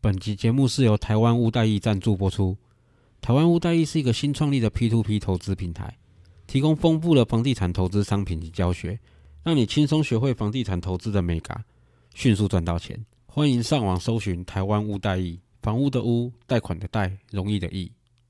本集节目是由台湾屋代易赞助播出。台湾屋代易是一个新创立的 P2P 投资平台，提供丰富的房地产投资商品及教学，让你轻松学会房地产投资的美感，迅速赚到钱。欢迎上网搜寻台湾屋代易，房屋的屋，贷款的贷，容易的易。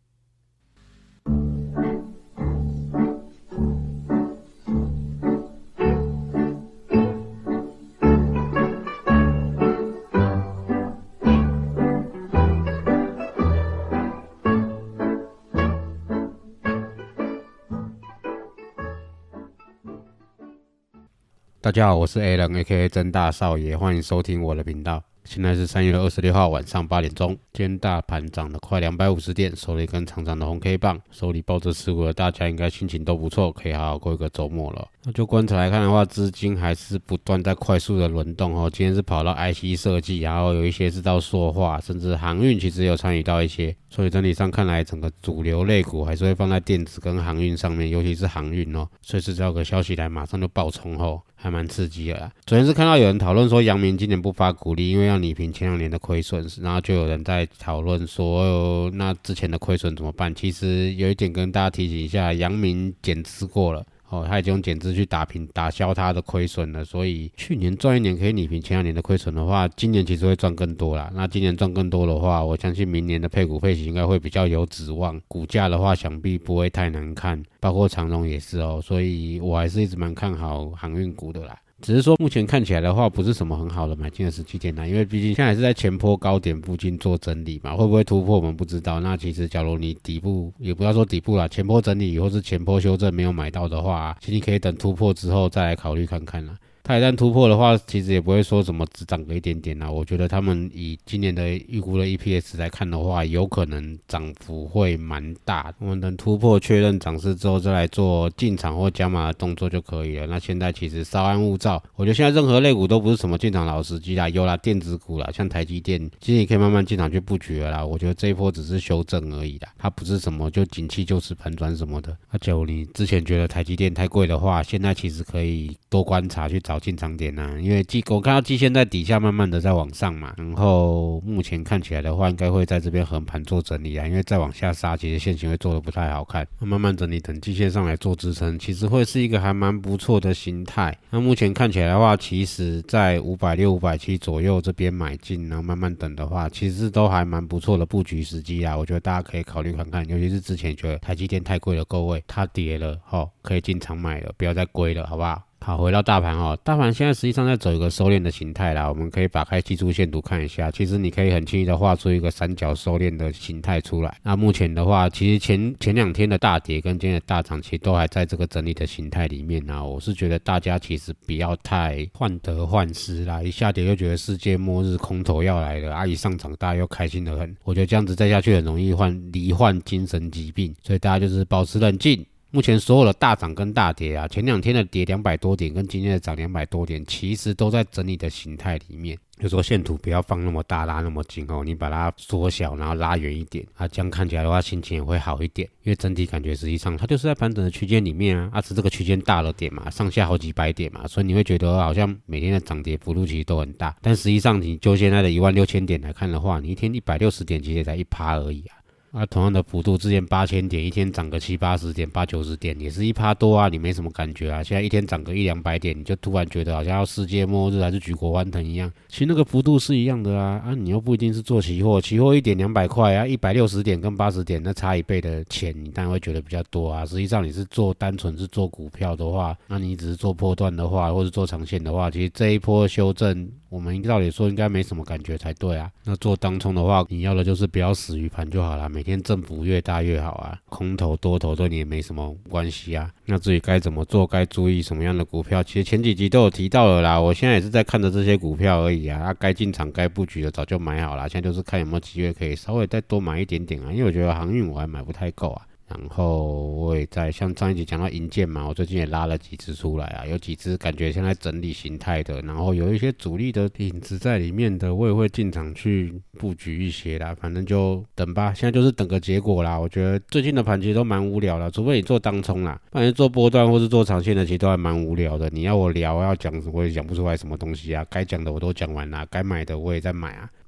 大家好，我是 Alan AKA 曾大少爷，欢迎收听我的频道。现在是3月26号晚上8点钟，今天大盘涨了快250点，收了一根长长的红 K 棒，手里抱着持股的大家应该心情都不错，可以好好过一个周末了。那就观察来看的话，资金还是不断在快速的轮动哦。今天是跑到 IC 设计，然后有一些是到塑化，甚至航运其实也有参与到一些，所以整体上看来，整个主流类股还是会放在电子跟航运上面，尤其是航运哦。随时只要有个消息来，马上就爆冲后，还蛮刺激的啦。昨天是看到有人讨论说，阳明今年不发股利，因为要拟平前2年的亏损，然后就有人在讨论说，那之前的亏损怎么办？其实有一点跟大家提醒一下，阳明减资过了。他已经用减资去打消他的亏损了，所以去年赚1年可以拟平前2年的亏损的话，今年其实会赚更多啦。那今年赚更多的话，我相信明年的配股配息应该会比较有指望，股价的话想必不会太难看，包括长荣也是哦，所以我还是一直蛮看好航运股的啦。只是说目前看起来的话，不是什么很好的买进的时机点啦，因为毕竟现在还是在前波高点附近做整理嘛，会不会突破我们不知道。那其实假如你底部也不要说底部啦，前波整理或是前波修正没有买到的话，其实你可以等突破之后再来考虑看看啦。它一旦突破的话，其实也不会说什么只涨个一点点啦。我觉得他们以今年的预估的 EPS 来看的话，有可能涨幅会蛮大。我们等突破确认涨势之后，再来做进场或加码的动作就可以了。那现在其实稍安勿躁，我觉得现在任何类股都不是什么进场老时机啦，有啦电子股啦，像台积电，其实你可以慢慢进场去布局了啦。我觉得这一波只是修正而已啦，它不是什么就景气就是反转什么的。假如你之前觉得台积电太贵的话，现在其实可以多观察去找进场点啊，因为我看到季线在底下慢慢的在往上嘛，然后目前看起来的话，应该会在这边横盘做整理啊，因为再往下杀，其实线型会做得不太好看，慢慢整理，等季线上来做支撑，其实会是一个还蛮不错的形态。那目前看起来的话，其实在560、570左右这边买进，然后慢慢等的话，其实都还蛮不错的布局时机啊，我觉得大家可以考虑看看，尤其是之前觉得台积电太贵了，各位它跌了可以进场买了，不要再归了，好不好？好，回到大盘大盘现在实际上在走一个收敛的形态啦，我们可以打开技术线图看一下，其实你可以很轻易的画出一个三角收敛的形态出来。那目前的话，其实前2天的大跌跟今天的大涨，其实都还在这个整理的形态里面啊。我是觉得大家其实不要太患得患失啦，一下跌就觉得世界末日空头要来了啊，一上涨大家又开心得很，我觉得这样子再下去很容易罹患精神疾病，所以大家就是保持冷静。目前所有的大涨跟大跌啊，前2天的跌200多点跟今天的涨200多点，其实都在整理的形态里面。就说线图不要放那么大，拉那么紧你把它缩小，然后拉远一点啊，这样看起来的话心情也会好一点，因为整体感觉实际上它就是在盘整的区间里面啊，是这个区间大了点嘛，上下好几百点嘛，所以你会觉得好像每天的涨跌幅度其实都很大，但实际上你就现在的16000点来看的话，你一天160点其实也才1%而已啊。同样的幅度，之前8000点，一天涨个70-80点、80-90点，也是1%多啊，你没什么感觉啊。现在一天涨个100-200点，你就突然觉得好像要世界末日还是举国欢腾一样。其实那个幅度是一样的啊，你又不一定是做期货，期货1点200块啊，160点跟80点，那差1倍的钱，你当然会觉得比较多啊。实际上你是单纯是做股票的话，那你只是做波段的话，或是做长线的话，其实这一波修正，我们照理说应该没什么感觉才对啊。那做当冲的话，你要的就是不要死于盘就好了，每天振幅越大越好啊，空头多头对你也没什么关系啊。那至于该怎么做，该注意什么样的股票，其实前几集都有提到了啦，我现在也是在看着这些股票而已啊，该进场该布局的早就买好了，现在就是看有没有机会可以稍微再多买一点点啊，因为我觉得航运我还买不太够啊。然后我也在像上一集讲到银建嘛，我最近也拉了几只出来啊，有几只感觉现在整理形态的，然后有一些主力的影子在里面的，我也会进场去布局一些啦，反正就等吧，现在就是等个结果啦。我觉得最近的盘其实都蛮无聊的，除非你做当冲啦，不然做波段或是做长线的，其实都还蛮无聊的。你要我聊要讲，我也讲不出来什么东西啊，该讲的我都讲完啦，该买的我也在买啊。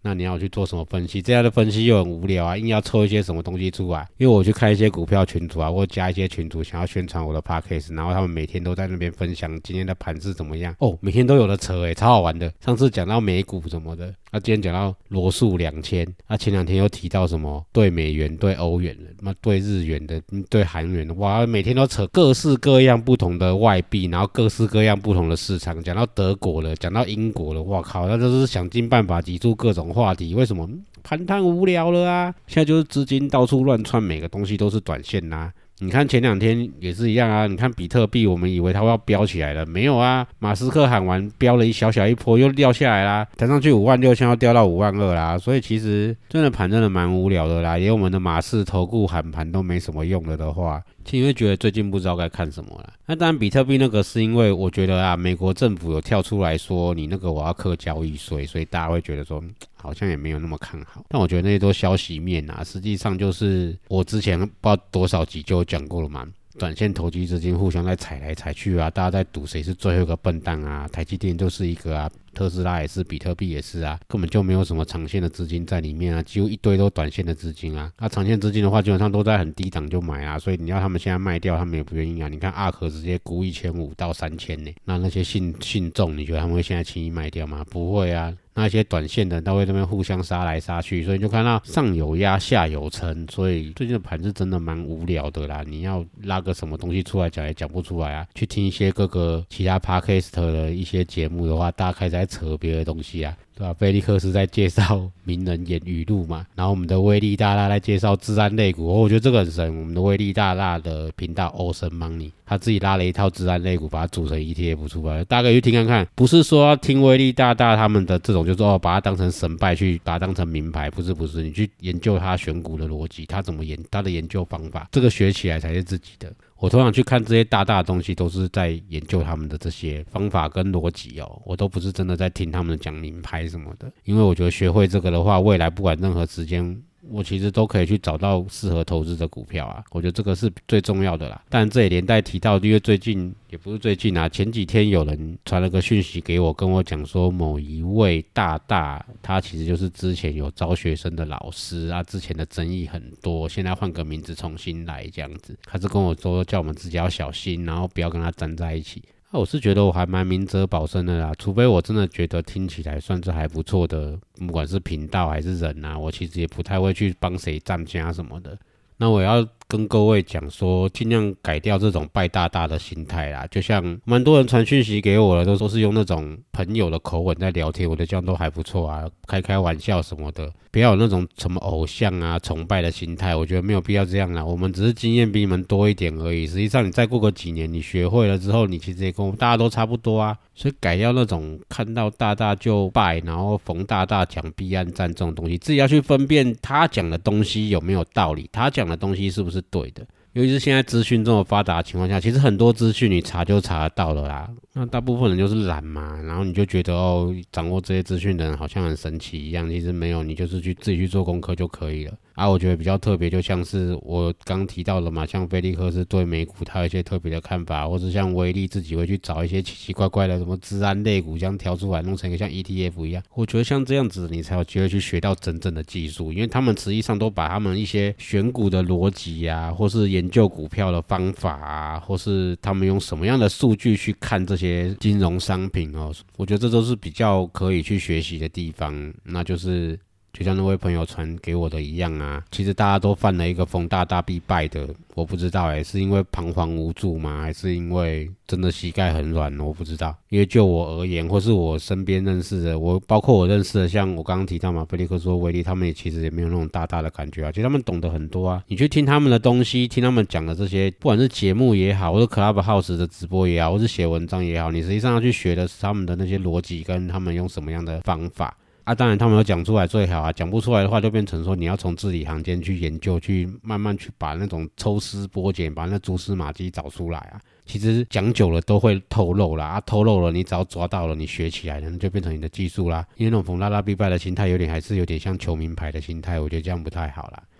那你要去做什么分析？这样的分析又很无聊啊，硬要抽一些什么东西出来。因为我去看一些股票群组啊，或加一些群组想要宣传我的 podcast， 然后他们每天都在那边分享今天的盘势怎么样哦，每天都有的扯超好玩的。上次讲到美股什么的，今天讲到罗素2000，前2天又提到什么对美元、对欧元的，对日元的、对韩元的，哇，每天都扯各式各样不同的外币，然后各式各样不同的市场，讲到德国了，讲到英国了，哇靠，那就是想尽办法挤出各种话题。为什么？盘太无聊了啊！现在就是资金到处乱窜，每个东西都是短线啊。你看前2天也是一样啊，你看比特币，我们以为它要飙起来了，没有啊，马斯克喊完飙了一小波又掉下来啦，弹上去56000要掉到52000啦，所以其实真的盘真的蛮无聊的啦，连我们的马氏投顾喊盘都没什么用了的话，其实会觉得最近不知道该看什么啦。那当然比特币那个是因为我觉得啊，美国政府有跳出来说你那个我要课交易税，所以大家会觉得说好像也没有那么看好，但我觉得那些都消息面啊，实际上就是我之前不知道多少集就有讲过了嘛，短线投机资金互相在踩来踩去啊，大家在赌谁是最后一个笨蛋啊，台积电就是一个啊，特斯拉也是，比特币也是啊，根本就没有什么长线的资金在里面啊，几乎一堆都短线的资金啊。长线资金的话，基本上都在很低档就买啊，所以你要他们现在卖掉，他们也不愿意啊。你看ARK直接估1500到3000呢，那些信众，你觉得他们会现在轻易卖掉吗？不会啊。那些短线的，他会这边互相杀来杀去，所以你就看到上有压，下有撑，所以最近的盘是真的蛮无聊的啦。你要拉个什么东西出来讲也讲不出来啊。去听一些各个其他 podcast 的一些节目的话，大家开始在扯别的东西啊。对吧？菲利克斯在介绍名人言语录嘛，然后我们的威力大大在介绍资安类股，我觉得这个很神。我们的威力大大的频道 Ocean Money， 他自己拉了一套资安类股，把它组成 ETF 出来，大家可以去听看看。不是说要听威力大大他们的这种，就是把它当成神拜去，把它当成名牌，不是，你去研究他选股的逻辑，他怎么他的研究方法，这个学起来才是自己的。我通常去看这些大的东西，都是在研究他们的这些方法跟逻辑哦，我都不是真的在听他们讲名牌什么的，因为我觉得学会这个的话，未来不管任何时间，我其实都可以去找到适合投资的股票啊，我觉得这个是最重要的啦。但这也连带提到，因为最近也不是最近啊，前几天有人传了个讯息给我，跟我讲说某一位大他其实就是之前有招学生的老师啊，之前的争议很多，现在换个名字重新来这样子，他是跟我说叫我们自己要小心，然后不要跟他站在一起。我是觉得我还蛮明哲保身的啦，除非我真的觉得听起来算是还不错的，不管是频道还是人啊，我其实也不太会去帮谁站家什么的。那我要跟各位讲说，尽量改掉这种拜大的心态啦。就像蛮多人传讯息给我的，都说是用那种朋友的口吻在聊天，我觉得这样都还不错啊，开玩笑什么的，不要有那种什么偶像啊、崇拜的心态，我觉得没有必要这样啦。我们只是经验比你们多一点而已，实际上你再过个几年，你学会了之后，你其实也跟我们大家都差不多啊。所以改掉那种看到大就拜，然后逢大讲避暗战这种东西，自己要去分辨他讲的东西有没有道理，他讲的东西是不是对的。尤其是现在资讯这么发达的情况下，其实很多资讯你查就查得到了啦。那大部分人就是懒嘛，然后你就觉得掌握这些资讯的人好像很神奇一样，其实没有，你就是自己去做功课就可以了。我觉得比较特别，就像是我刚提到的嘛，像菲利克斯对美股他有一些特别的看法，或是像威力自己会去找一些奇奇怪怪的什么资安类股，这样挑出来弄成一个像 ETF 一样。我觉得像这样子，你才有机会去学到真正的技术，因为他们实际上都把他们一些选股的逻辑啊，或是研究股票的方法啊，或是他们用什么样的数据去看这些金融商品我觉得这都是比较可以去学习的地方。那就像那位朋友传给我的一样啊，其实大家都犯了一个逢大必败的，我不知道是因为彷徨无助吗？还是因为真的膝盖很软？我不知道。因为就我而言，或是我身边认识的，包括我认识的，像我刚刚提到嘛，菲利克斯、威利，他们也其实也没有那种大的感觉啊，其实他们懂得很多啊。你去听他们的东西，听他们讲的这些，不管是节目也好，或者 Clubhouse 的直播也好，或是写文章也好，你实际上要去学的是他们的那些逻辑跟他们用什么样的方法。当然他们有讲出来最好啊，讲不出来的话就变成说你要从字里行间去研究，去慢慢去把那种抽丝剥茧，把那蛛丝马迹找出来啊。其实讲久了都会透露啦，透露了你只要抓到了，你学起来了，那就变成你的技术啦。因为那种逢大必败的心态还是有点像求名牌的心态，我觉得这样不太好啦。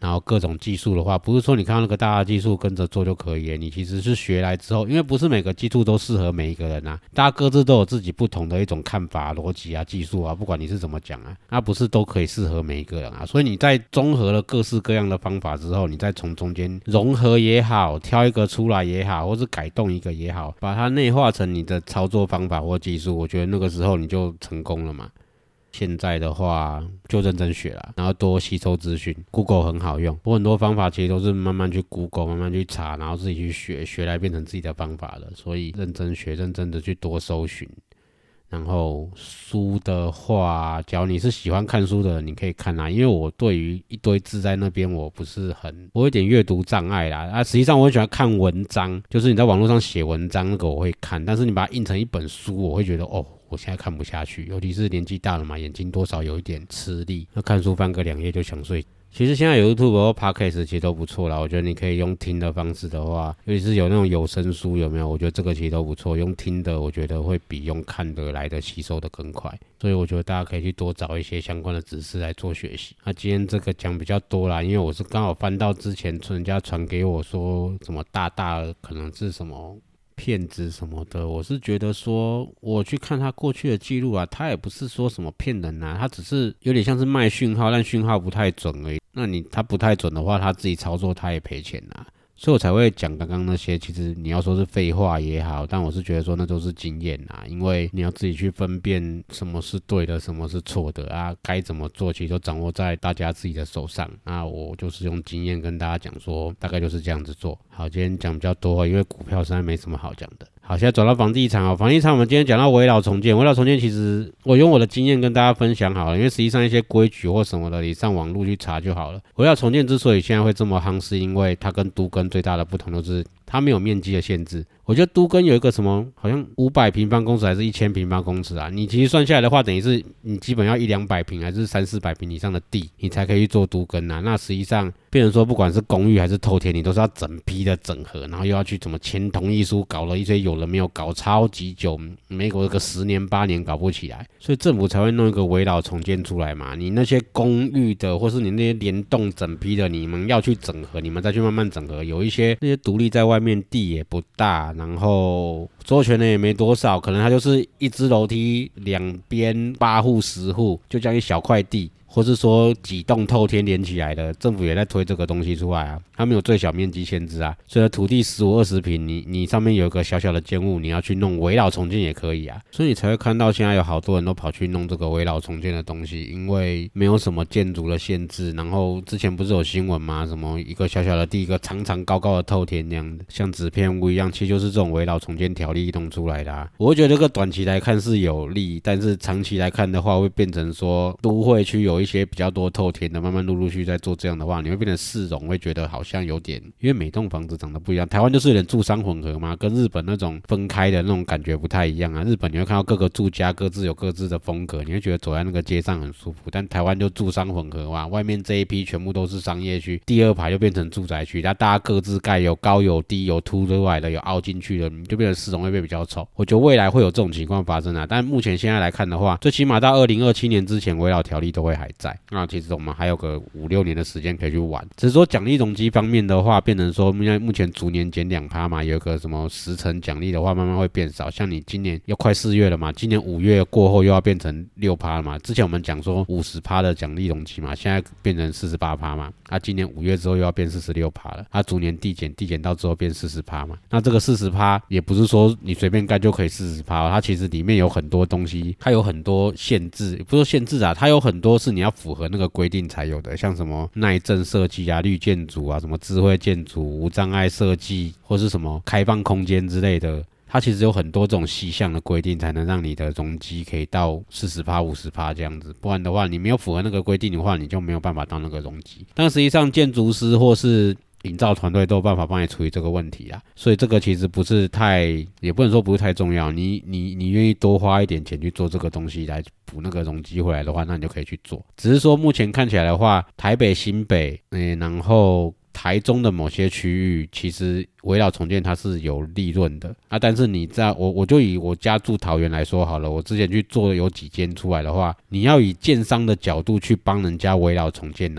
然后各种技术的话，不是说你看到那个大家技术跟着做就可以，你其实是学来之后，因为不是每个技术都适合每一个人啊，大家各自都有自己不同的一种看法、逻辑啊、技术啊，不管你是怎么讲啊，那不是都可以适合每一个人啊。所以你在综合了各式各样的方法之后，你再从中间融合也好，挑一个出来也好，或是改动一个也好，把它内化成你的操作方法或技术，我觉得那个时候你就成功了嘛。现在的话就认真学啦，然后多吸收资讯 ，Google 很好用，我很多方法其实都是慢慢去 Google， 慢慢去查，然后自己去学，学来变成自己的方法了。所以认真学，认真的去多搜寻。然后书的话，假如你是喜欢看书的人，你可以看啊，因为我对于一堆字在那边，我有点阅读障碍啦。实际上我很喜欢看文章，就是你在网络上写文章那个我会看，但是你把它印成一本书，我会觉得我现在看不下去，尤其是年纪大了嘛，眼睛多少有一点吃力，那看书翻个2页就想睡。其实现在有 YouTube 或 Podcast 其实都不错啦，我觉得你可以用听的方式的话，尤其是有那种有声书有没有？我觉得这个其实都不错，用听的我觉得会比用看的来的吸收的更快，所以我觉得大家可以去多找一些相关的知识来做学习。那今天这个讲比较多啦，因为我是刚好翻到之前人家传给我说什么大可能是什么骗子什么的，我是觉得说我去看他过去的记录啊，他也不是说什么骗人啊，他只是有点像是卖讯号，但讯号不太准而已。那他不太准的话，他自己操作他也赔钱啊，所以我才会讲刚刚那些。其实你要说是废话也好，但我是觉得说那都是经验啊，因为你要自己去分辨什么是对的，什么是错的啊，该怎么做其实都掌握在大家自己的手上。那我就是用经验跟大家讲说，大概就是这样子做。好，今天讲比较多，因为股票实在没什么好讲的。好，现在转到房地产哦。房地产我们今天讲到危老重建，危老重建其实我用我的经验跟大家分享好了，因为实际上一些规矩或什么的，你上网路去查就好了。危老重建之所以现在会这么夯，是因为它跟都更最大的不同就是它没有面积的限制。我觉得都更有一个什么，好像500平方公尺还是1000平方公尺啊？你其实算下来的话，等于是你基本要100-200平还是300-400平以上的地，你才可以去做都更啊。那实际上，变成说不管是公寓还是透天，你都是要整批的整合，然后又要去怎么签同意书，搞了一堆有人没有搞超级久，美国个10年8年搞不起来，所以政府才会弄一个危老重建出来嘛。你那些公寓的，或是你那些联动整批的，你们要去整合，你们再去慢慢整合。有一些那些独立在外面，地也不大，然后所有权人也没多少，可能它就是一支楼梯两边8户10户，就这样一小块地。或是说几栋透天连起来的，政府也在推这个东西出来啊，它没有最小面积限制啊，所以土地15-20坪，你上面有一个小小的建物，你要去弄危老重建也可以啊，所以你才会看到现在有好多人都跑去弄这个危老重建的东西，因为没有什么建筑的限制，然后之前不是有新闻吗？什么一个小小的地，一个长长高高的透天那样的，像纸片屋一样，其实就是这种危老重建条例弄出来的啊。我会觉得这个短期来看是有利，但是长期来看的话，会变成说都会区有一些比较多透天的，慢慢陆续在做这样的话，你会变成市容，会觉得好像有点，因为每栋房子长得不一样。台湾就是有点住商混合嘛，跟日本那种分开的那种感觉不太一样啊。日本你会看到各个住家各自有各自的风格，你会觉得走在那个街上很舒服。但台湾就住商混合嘛，外面这一批全部都是商业区，第二排就变成住宅区，那大家各自盖，有高有低，有凸出来的，有凹进去的，你就变成市容会变比较丑。我觉得未来会有这种情况发生啊，但目前现在来看的话，最起码到2027年之前，危老条例都会还在。那其实我们还有个5-6年的时间可以去玩，只是说奖励容积方面的话，变成说目前逐年减2%嘛，有个什么10成奖励的话，慢慢会变少。像你今年要快4月了嘛，今年5月过后又要变成6%了嘛。之前我们讲说50%的奖励容积嘛，现在变成48%嘛。今年5月之后又要变46%了，逐年递减到之后变40%嘛。那这个40%也不是说你随便盖就可以40%它其实里面有很多东西，它有很多限制，也不是说限制啊，它有很多是你要符合那个规定才有的，像什么耐震设计啊、绿建筑啊、什么智慧建筑、无障碍设计，或是什么开放空间之类的。它其实有很多这种细项的规定，才能让你的容积可以到40%、50%这样子。不然的话，你没有符合那个规定的话，你就没有办法到那个容积。但实际上，建筑师或是营造团队都有办法帮你处理这个问题啦，所以这个其实不是太，也不能说不是太重要。你愿意多花一点钱去做这个东西来补那个容积回来的话，那你就可以去做。只是说目前看起来的话，台北、新北，然后台中的某些区域，其实危老重建它是有利润的啊。但是你在我就以我家住桃园来说好了，我之前去做有几间出来的话，你要以建商的角度去帮人家危老重建，然后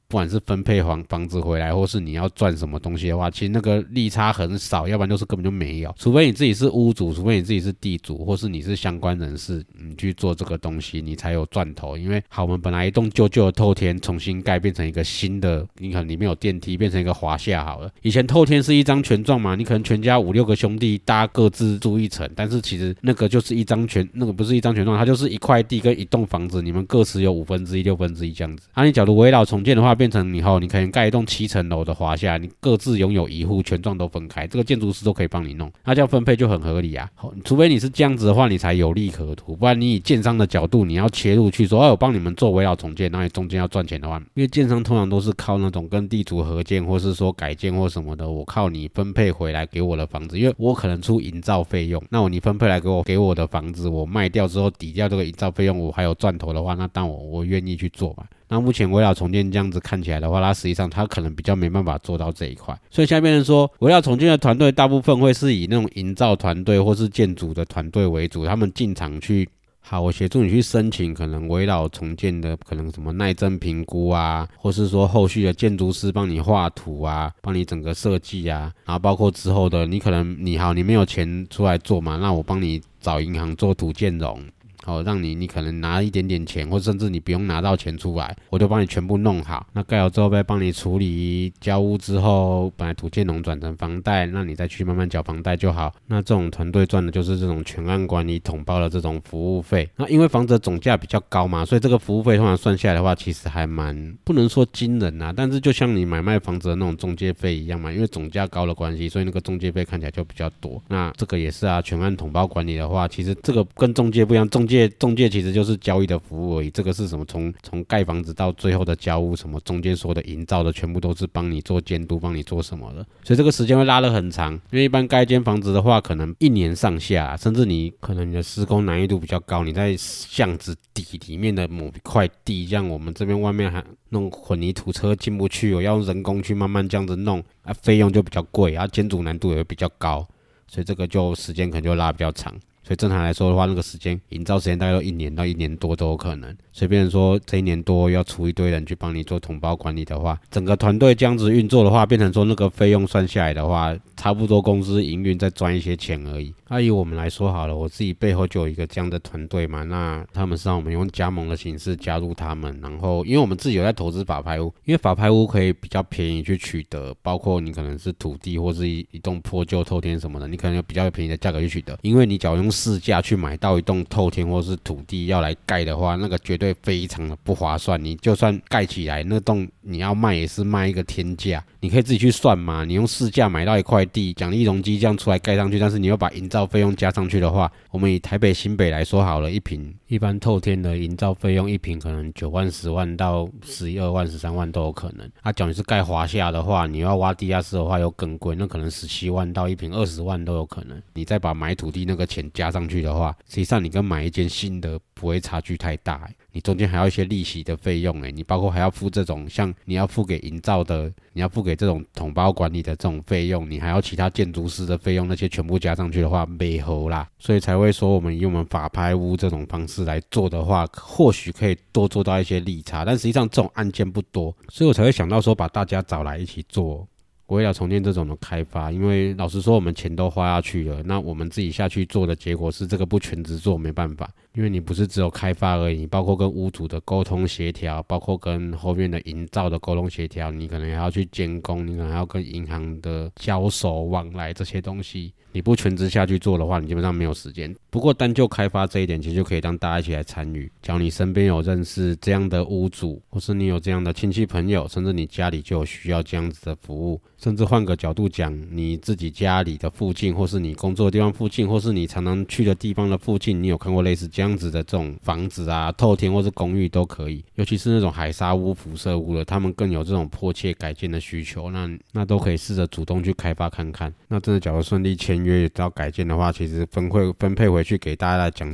不管是分配房子回来，或是你要赚什么东西的话，其实那个利差很少，要不然就是根本就没有。除非你自己是屋主，除非你自己是地主，或是你是相关人士，你去做这个东西，你才有赚头。因为好，我们本来一栋旧的透天重新盖变成一个新的，你可能里面有电梯，变成一个华夏好了。以前透天是一张权状嘛，你可能全家5、6个兄弟，大家各自住一层，但是其实那个就是那个不是一张权状，它就是一块地跟一栋房子，你们各持有1/5、1/6这样子。你假如围绕重建的话，变成以后你可能盖一栋7层楼的华夏，你各自拥有1户，权状都分开，这个建筑师都可以帮你弄，那这样分配就很合理啊。除非你是这样子的话，你才有利可图，不然你以建商的角度，你要切入去说，我帮你们做围绕重建，然后你中间要赚钱的话，因为建商通常都是靠那种跟地主合建，或是说改建或什么的，我靠你分配回来给我的房子，因为我可能出营造费用，那你分配来给我的房子，我卖掉之后抵掉这个营造费用，我还有赚头的话，那当我愿意去做嘛。那目前围绕重建这样子看起来的话，它实际上它可能比较没办法做到这一块，所以现在变成说，围绕重建的团队大部分会是以那种营造团队或是建筑的团队为主，他们进场去，好，我协助你去申请可能围绕重建的可能什么耐震评估啊，或是说后续的建筑师帮你画图啊，帮你整个设计啊，然后包括之后的你可能你没有钱出来做嘛，那我帮你找银行做土建融。好，让你可能拿一点点钱，或甚至你不用拿到钱出来，我就帮你全部弄好。那盖好之后再帮你处理交屋之后，本来土建融转成房贷，那你再去慢慢缴房贷就好。那这种团队赚的就是这种全案管理统包的这种服务费。那因为房子的总价比较高嘛，所以这个服务费通常算下来的话，其实还蛮不能说惊人啊，但是就像你买卖房子的那种中介费一样嘛，因为总价高的关系，所以那个中介费看起来就比较多。那这个也是啊，全案统包管理的话，其实这个跟中介不一样，中介其实就是交易的服务而已，这个是什么从盖房子到最后的交屋，什么中间所有的营造的全部都是帮你做监督，帮你做什么的，所以这个时间会拉得很长。因为一般盖一间房子的话，可能1年上下，甚至你可能你的施工难易度比较高，你在巷子底里面的某一块地，像我们这边外面还弄混凝土车进不去，我要用人工去慢慢这样子弄啊，费用就比较贵啊，建筑难度也会比较高，所以这个就时间可能就拉比较长。所以正常来说的话，那个时间营造时间大概都1年到1年多都有可能。所以变成说这1年多要出一堆人去帮你做统包管理的话，整个团队这样子运作的话，变成说那个费用算下来的话，差不多公司营运再赚一些钱而已。以我们来说好了，我自己背后就有一个这样的团队嘛，那他们是让我们用加盟的形式加入他们，然后因为我们自己有在投资法拍屋，因为法拍屋可以比较便宜去取得，包括你可能是土地或是一栋破旧透天什么的，你可能有比较便宜的价格去取得，因为你假如用市价去买到一栋透天或是土地要来盖的话，那个绝对非常的不划算，你就算盖起来那栋你要卖也是卖一个天价，你可以自己去算嘛，你用市价买到一块地，奖励容积这样出来盖上去，但是你又把营造费用加上去的话，我们以台北新北来说好了，一坪一般透天的营造费用一坪可能9万10万到11、2万13万都有可能。假如你是盖华夏的话，你要挖地下室的话又更贵，那可能17万到一坪20万都有可能。你再把买土地那个钱加上去的话，实际上你跟买一间新的不会差距太大，你中间还要一些利息的费用，你包括还要付这种像你要付给营造的，你要付给这种统包管理的这种费用，你还要其他建筑师的费用，那些全部加上去的话没合啦，所以才会说我们以我们法拍屋这种方式来做的话，或许可以多做到一些利差，但实际上这种案件不多，所以我才会想到说把大家找来一起做为了重建这种的开发。因为老实说我们钱都花下去了，那我们自己下去做的结果是这个不全职做没办法，因为你不是只有开发而已，你包括跟屋主的沟通协调，包括跟后面的营造的沟通协调，你可能还要去监工，你可能还要跟银行的交手往来这些东西，你不全职下去做的话，你基本上没有时间。不过单就开发这一点，其实就可以让大家一起来参与。假如你身边有认识这样的屋主，或是你有这样的亲戚朋友，甚至你家里就有需要这样子的服务，甚至换个角度讲，你自己家里的附近，或是你工作的地方附近，或是你常常去的地方的附近，你有看过类似这样子的这种房子啊、透天或是公寓都可以。尤其是那种海沙屋、辐射屋的，他们更有这种迫切改建的需求，那都可以试着主动去开发看看。那真的假如顺利签约到改建的话，其实分配回去给大家的奖金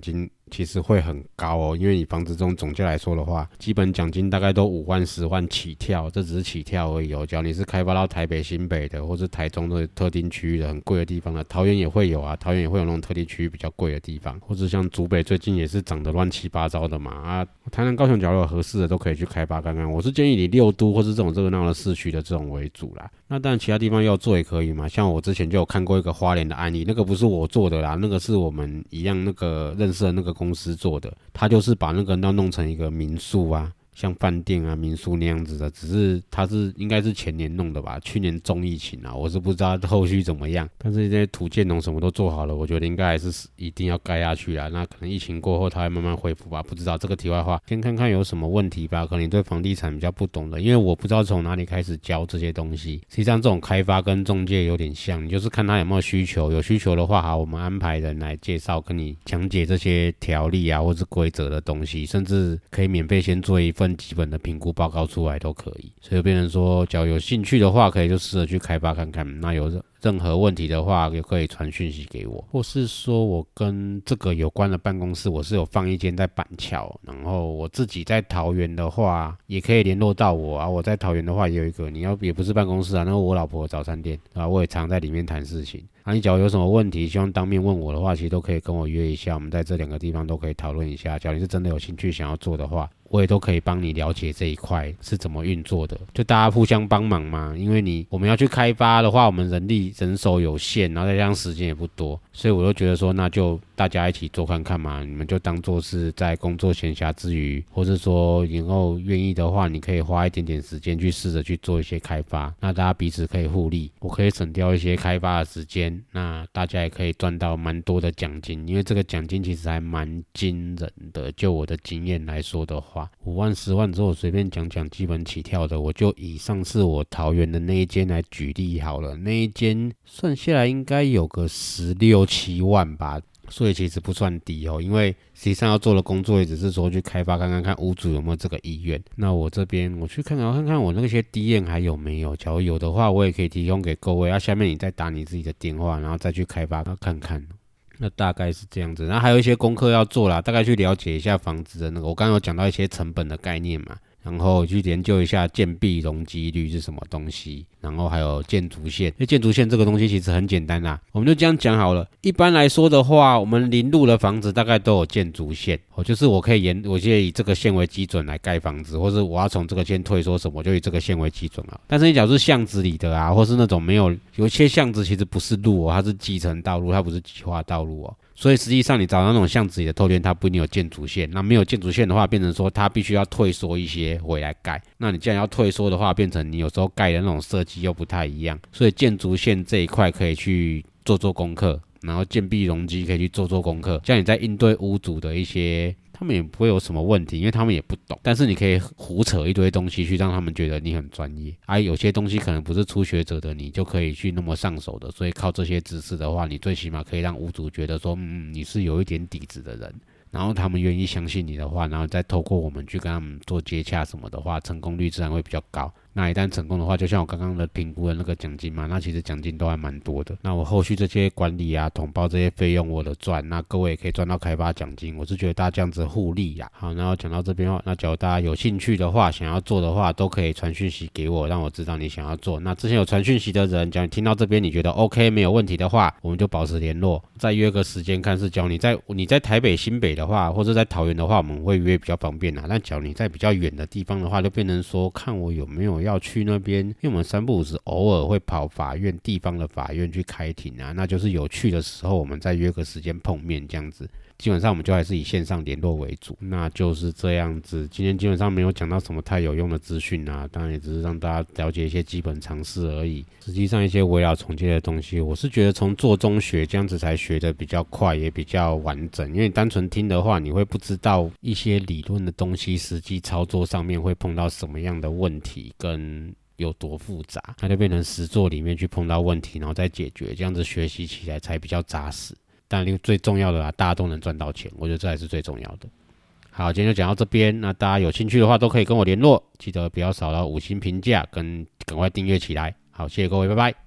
其实会很高哦，因为以房子这种总价来说的话，基本奖金大概都5万10万起跳，这只是起跳而已哦。只要你是开发到台北新北的，或是台中的特定区域的很贵的地方的，桃园也会有啊，桃园也会有那种特定区域比较贵的地方，或者像竹北最近也是涨得乱七八糟的嘛啊，台南高雄假如有合适的都可以去开发看看。我是建议以六都或是这种热闹的市区的这种为主啦。那当然其他地方要做也可以嘛，像我之前就有看过一个花莲的案例，那个不是我做的啦，那个是我们一样那个认识的那个公司做的，他就是把那个弄成一个民宿啊，像饭店啊、民宿那样子的，只是他是应该是前年弄的吧，去年中疫情啊，我是不知道后续怎么样。但是这些土建农什么都做好了，我觉得应该还是一定要盖下去啦。那可能疫情过后它会慢慢恢复吧，不知道这个题外话，先看看有什么问题吧。可能你对房地产比较不懂的，因为我不知道从哪里开始教这些东西。实际上这种开发跟中介有点像，你就是看他有没有需求，有需求的话，好，我们安排人来介绍，跟你讲解这些条例啊或是规则的东西，甚至可以免费先做一份基本的评估报告出来都可以。所以变成说，只要有兴趣的话，可以就试着去开发看看。那有任何问题的话，也可以传讯息给我，或是说我跟这个有关的办公室，我是有放一间在板桥，然后我自己在桃园的话，也可以联络到我啊。我在桃园的话也有一个，你要也不是办公室啊，那是我老婆的早餐店啊，我也常在里面谈事情。你假如有什么问题，希望当面问我的话，其实都可以跟我约一下，我们在这2个地方都可以讨论一下。假如你是真的有兴趣想要做的话，我也都可以帮你了解这一块是怎么运作的，就大家互相帮忙嘛。因为我们要去开发的话，我们人手有限，然后再加上时间也不多，所以我就觉得说，那就大家一起做看看嘛。你们就当做是在工作闲暇之余，或是说以后愿意的话，你可以花一点点时间去试着去做一些开发，那大家彼此可以互利，我可以省掉一些开发的时间，那大家也可以赚到蛮多的奖金，因为这个奖金其实还蛮惊人的。就我的经验来说的话，5万10万之后随便讲基本起跳的，我就以上次我桃园的那一间来举例好了，那一间算下来应该有个16、17万吧，所以其实不算低哦。因为实际上要做的工作也只是说去开发看屋主有没有这个意愿。那我这边我去看看我那些DM还有没有，假如有的话我也可以提供给各位，下面你再打你自己的电话，然后再去开发看看。那大概是这样子，然后还有一些功课要做啦，大概去了解一下房子的那个，我刚刚有讲到一些成本的概念嘛，然后去研究一下建蔽容积率是什么东西，然后还有建筑线。因为建筑线这个东西其实很简单啦，我们就这样讲好了。一般来说的话，我们邻路的房子大概都有建筑线，就是我可以以这个线为基准来盖房子，或是我要从这个线退缩什么，我就以这个线为基准啊。但是你假如是巷子里的啊，或是那种有一些巷子其实不是路哦，它是继承道路，它不是计划道路哦。所以实际上你找到那种巷子里的透天，它不一定有建筑线。那没有建筑线的话，变成说它必须要退缩一些回来盖。那你既然要退缩的话，变成你有时候盖的那种设计又不太一样。所以建筑线这一块可以去做功课，然后建蔽容积可以去做功课，这样你在应对屋主的一些，他们也不会有什么问题，因为他们也不懂。但是你可以胡扯一堆东西去让他们觉得你很专业。有些东西可能不是初学者的，你就可以去那么上手的。所以靠这些知识的话，你最起码可以让屋主觉得说，你是有一点底子的人。然后他们愿意相信你的话，然后再透过我们去跟他们做接洽什么的话，成功率自然会比较高。那一旦成功的话，就像我刚刚的评估的那个奖金嘛，那其实奖金都还蛮多的。那我后续这些管理啊、统包这些费用我的赚，那各位也可以赚到开发奖金。我是觉得大家这样子互利啦。好，然后讲到这边的话，那假如大家有兴趣的话，想要做的话，都可以传讯息给我，让我知道你想要做。那之前有传讯息的人，假如听到这边你觉得 OK 没有问题的话，我们就保持联络，再约个时间看是假如你在台北新北的话，或者在桃园的话，我们会约比较方便啦。但假如你在比较远的地方的话，就变成说看我有没有要去那边，因为我们3不5时偶尔会跑法院，地方的法院去开庭啊，那就是有去的时候，我们再约个时间碰面这样子。基本上我们就还是以线上联络为主，那就是这样子。今天基本上没有讲到什么太有用的资讯啊，当然也只是让大家了解一些基本常识而已。实际上一些围绕重建的东西，我是觉得从做中学这样子才学得比较快，也比较完整。因为你单纯听的话，你会不知道一些理论的东西，实际操作上面会碰到什么样的问题跟有多复杂，那就变成实作里面去碰到问题，然后再解决，这样子学习起来才比较扎实。但最重要的啦，大家都能赚到钱，我觉得这还是最重要的。好，今天就讲到这边，那大家有兴趣的话都可以跟我联络，记得不要少了5星评价跟赶快订阅起来。好，谢谢各位，拜拜。